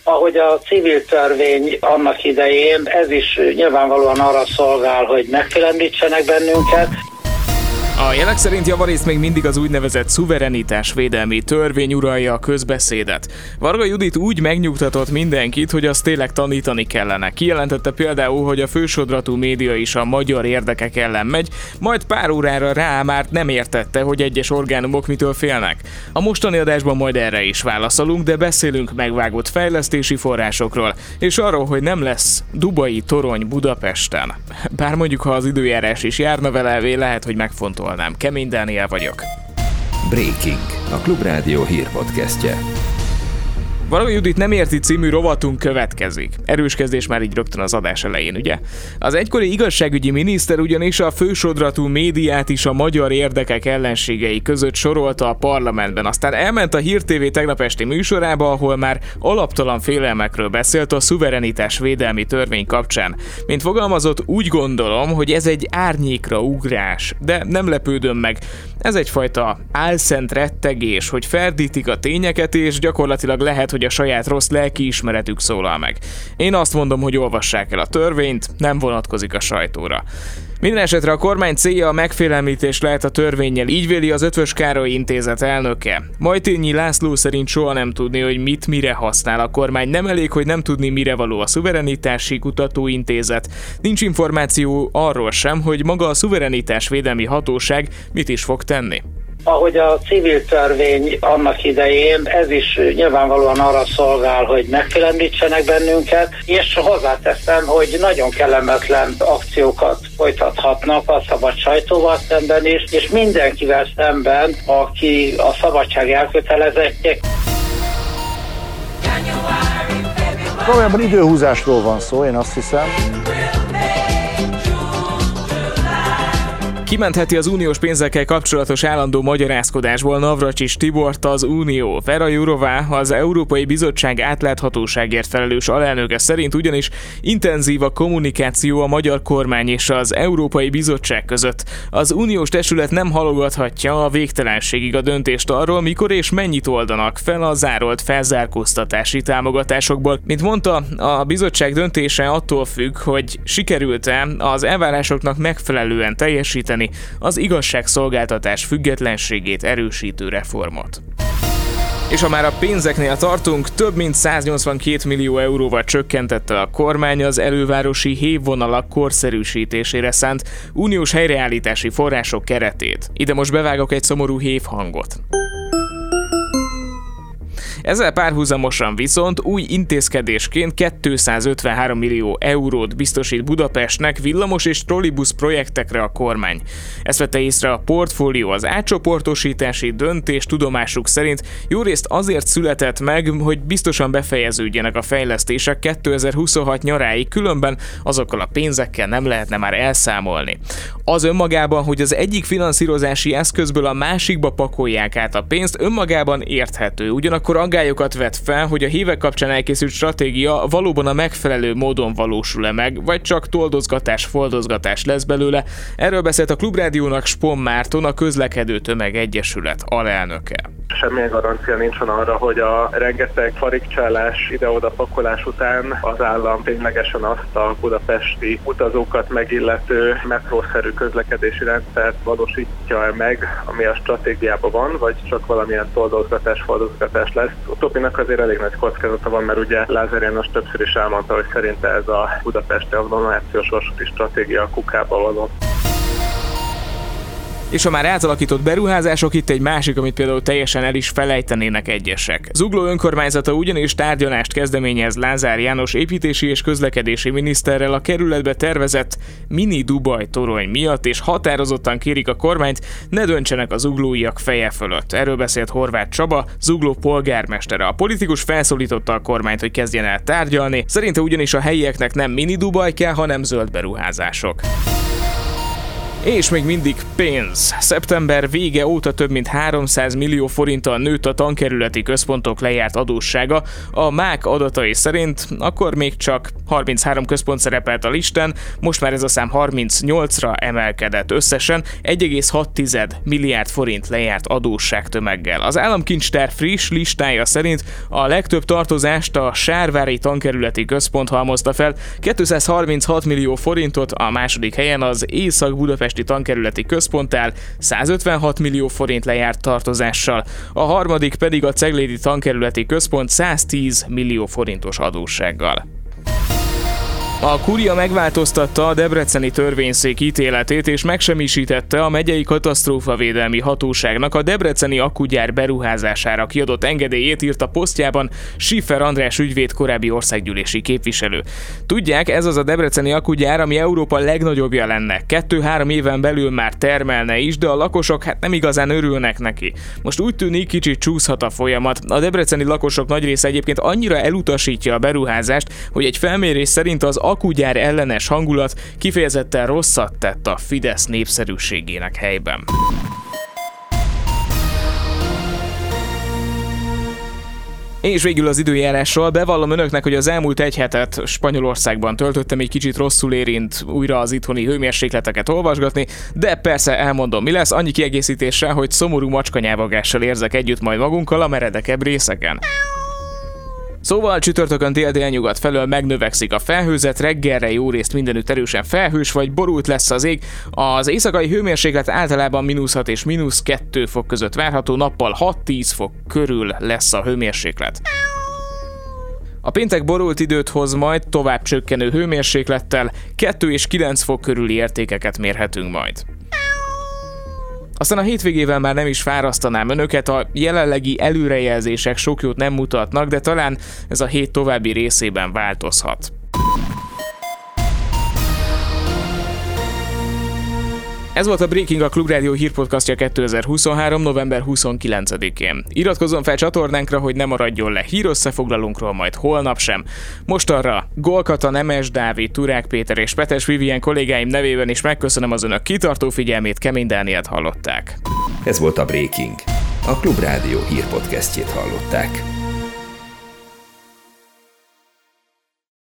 Ahogy a civil törvény annak idején, ez is nyilvánvalóan arra szolgál, hogy megfélemlítsenek bennünket. A jelek szerint javarészt még mindig az úgynevezett szuverenitásvédelmi törvény uralja a közbeszédet. Varga Judit úgy megnyugtatott mindenkit, hogy azt tényleg tanítani kellene. Kijelentette például, hogy a fősodratú média is a magyar érdekek ellen megy, majd pár órára rá már nem értette, hogy egyes orgánumok mitől félnek. A mostani adásban majd erre is válaszolunk, de beszélünk megvágott fejlesztési forrásokról, és arról, hogy nem lesz dubai torony Budapesten. Bár mondjuk, ha az időjárás is járna vele, lehet, hogy megfontolnám. Kemény Dániel vagyok. Breaking, a Klubrádió hírpodcastje. Varga Judit nem érti című rovatunk következik. Erős kezdés már így rögtön az adás elején, ugye? Az egykori igazságügyi miniszter ugyanis a fősodratú médiát is a magyar érdekek ellenségei között sorolta a parlamentben. Aztán elment a Hír TV tegnap esti műsorába, ahol már alaptalan félelmekről beszélt a szuverenitásvédelmi törvény kapcsán. Mint fogalmazott, úgy gondolom, hogy ez egy árnyékra ugrás, de nem lepődöm meg. Ez egyfajta álszent rettegés, hogy ferdítik a tényeket, és gyakorlatilag lehet, hogy a saját rossz lelkiismeretük szólal meg. Én azt mondom, hogy olvassák el a törvényt, nem vonatkozik a sajtóra. Minden esetre a kormány célja a megfélemlítés lehet a törvénnyel, így véli az Eötvös Károly Intézet elnöke. Majtényi László szerint soha nem tudni, hogy mit mire használ a kormány. Nem elég, hogy nem tudni, mire való a Szuverenitási Kutatóintézet. Nincs információ arról sem, hogy maga a Szuverenitásvédelmi Hatóság mit is fog tenni. Ahogy a civil törvény annak idején, ez is nyilvánvalóan arra szolgál, hogy megfélemlítsenek bennünket, és hozzáteszem, hogy nagyon kellemetlen akciókat folytathatnak a szabad sajtóval szemben is, és mindenkivel szemben, aki a szabadság elkötelezettje. Valójában időhúzásról van szó, én azt hiszem. Kimentheti az uniós pénzekkel kapcsolatos állandó magyarázkodásból Navracsics Tibort az Unió. Vera Jourová, az Európai Bizottság átláthatóságért felelős alelnöke szerint ugyanis intenzív a kommunikáció a magyar kormány és az Európai Bizottság között. Az uniós testület nem halogathatja a végtelenségig a döntést arról, mikor és mennyit oldanak fel a zárolt felzárkóztatási támogatásokból. Mint mondta, a bizottság döntése attól függ, hogy sikerült-e az elvárásoknak megfelelően teljesíteni az igazságszolgáltatás függetlenségét erősítő reformot. És ha már a pénzeknél tartunk, több mint 182 millió euróval csökkentette a kormány az elővárosi hévvonalak korszerűsítésére szánt uniós helyreállítási források keretét. Ide most bevágok egy szomorú hévhangot. Ezzel párhuzamosan viszont új intézkedésként 253 millió eurót biztosít Budapestnek villamos és trollibusz projektekre a kormány. Ezt vette észre a portfólió. Az átcsoportosítási döntés tudomásuk szerint jórészt azért született meg, hogy biztosan befejeződjenek a fejlesztések 2026 nyaráig, különben azokkal a pénzekkel nem lehetne már elszámolni. Az önmagában, hogy az egyik finanszírozási eszközből a másikba pakolják át a pénzt, önmagában érthető. Ugyanakkor aggályokat vet fel, hogy a hívek kapcsán elkészült stratégia valóban a megfelelő módon valósul-e meg, vagy csak toldozgatás-foldozgatás lesz belőle. Erről beszélt a Klubrádiónak Spon Márton, a Közlekedő Tömeg Egyesület alelnöke. Semmilyen garancia nincsen arra, hogy a rengeteg farigcsálás, ide-oda pakolás után az állam ténylegesen azt a budapesti utazókat megillető metrószerű közlekedési rendszert valósítja meg, ami a stratégiában van, vagy csak valamilyen toldozgatás-foldozgatás lesz. Utóbbinak azért elég nagy kockázata van, mert ugye Lázár János többször is elmondta, hogy szerinte ez a budapesti agglomerációs vasúti stratégia a kukába való. És a már átalakított beruházások, itt egy másik, amit például teljesen el is felejtenének egyesek. Zugló önkormányzata ugyanis tárgyalást kezdeményez Lázár János építési és közlekedési miniszterrel a kerületbe tervezett mini Dubaj torony miatt, és határozottan kérik a kormányt, ne döntsenek a zuglóiak feje fölött. Erről beszélt Horváth Csaba, Zugló polgármestere. A politikus felszólította a kormányt, hogy kezdjen el tárgyalni, szerinte ugyanis a helyieknek nem mini Dubaj kell, hanem zöld beruházások. És még mindig pénz. Szeptember vége óta több mint 300 millió forinttal nőtt a tankerületi központok lejárt adóssága. A MÁK adatai szerint akkor még csak 33 központ szerepelt a listán, most már ez a szám 38-ra emelkedett. Összesen 1,6 milliárd forint lejárt adósságtömeggel. Az államkincstár friss listája szerint a legtöbb tartozást a sárvári tankerületi központ halmozta fel, 236 millió forintot, a második helyen az Észak-Budapesti tankerületi központ áll 156 millió forint lejárt tartozással, a harmadik pedig a Ceglédi tankerületi központ 110 millió forintos adóssággal. A kúria megváltoztatta a debreceni törvényszék ítéletét és megsemmisítette a megyei katasztrófavédelmi hatóságnak a debreceni akkugyár beruházására kiadott engedélyét, írt a posztjában Schiffer András ügyvéd, korábbi országgyűlési képviselő. Tudják, ez az a debreceni akkugyár, ami Európa legnagyobbja lenne. 2-3 éven belül már termelne is, de a lakosok nem igazán örülnek neki. Most úgy tűnik, kicsit csúszhat a folyamat. A debreceni lakosok nagy része egyébként annyira elutasítja a beruházást, hogy egy felmérés szerint az akkugyár ellenes hangulat kifejezetten rosszat tett a Fidesz népszerűségének helyben. És végül az időjárásról bevallom önöknek, hogy az elmúlt egy hetet Spanyolországban töltöttem, egy kicsit rosszul érint újra az itthoni hőmérsékleteket olvasgatni, de persze elmondom, mi lesz, annyi kiegészítéssel, hogy szomorú macskanyávogással érzek együtt majd magunkkal a meredekebb részeken. Szóval csütörtökön dél-délnyugat felől megnövekszik a felhőzet, reggelre jó részt mindenütt erősen felhős vagy borult lesz az ég. Az éjszakai hőmérséklet általában -6 és -2 fok között várható, nappal 6-10 fok körül lesz a hőmérséklet. A péntek borult időt hoz majd, tovább csökkenő hőmérséklettel, 2 és 9 fok körüli értékeket mérhetünk majd. Aztán a hétvégével már nem is fárasztanám önöket, a jelenlegi előrejelzések sok jót nem mutatnak, de talán ez a hét további részében változhat. Ez volt a Breaking, a Klubrádió hírpodcastja 2023. november 29-én. Iratkozzon fel csatornánkra, hogy ne maradjon le hírösszefoglalónkról majd holnap sem. Most arra Golkata, Nemes Dávid, Turák Péter és Petes Vivien kollégáim nevében is megköszönöm az önök kitartó figyelmét, Kemény Dánielt hallották. Ez volt a Breaking. A Klubrádió hírpodcastjét hallották.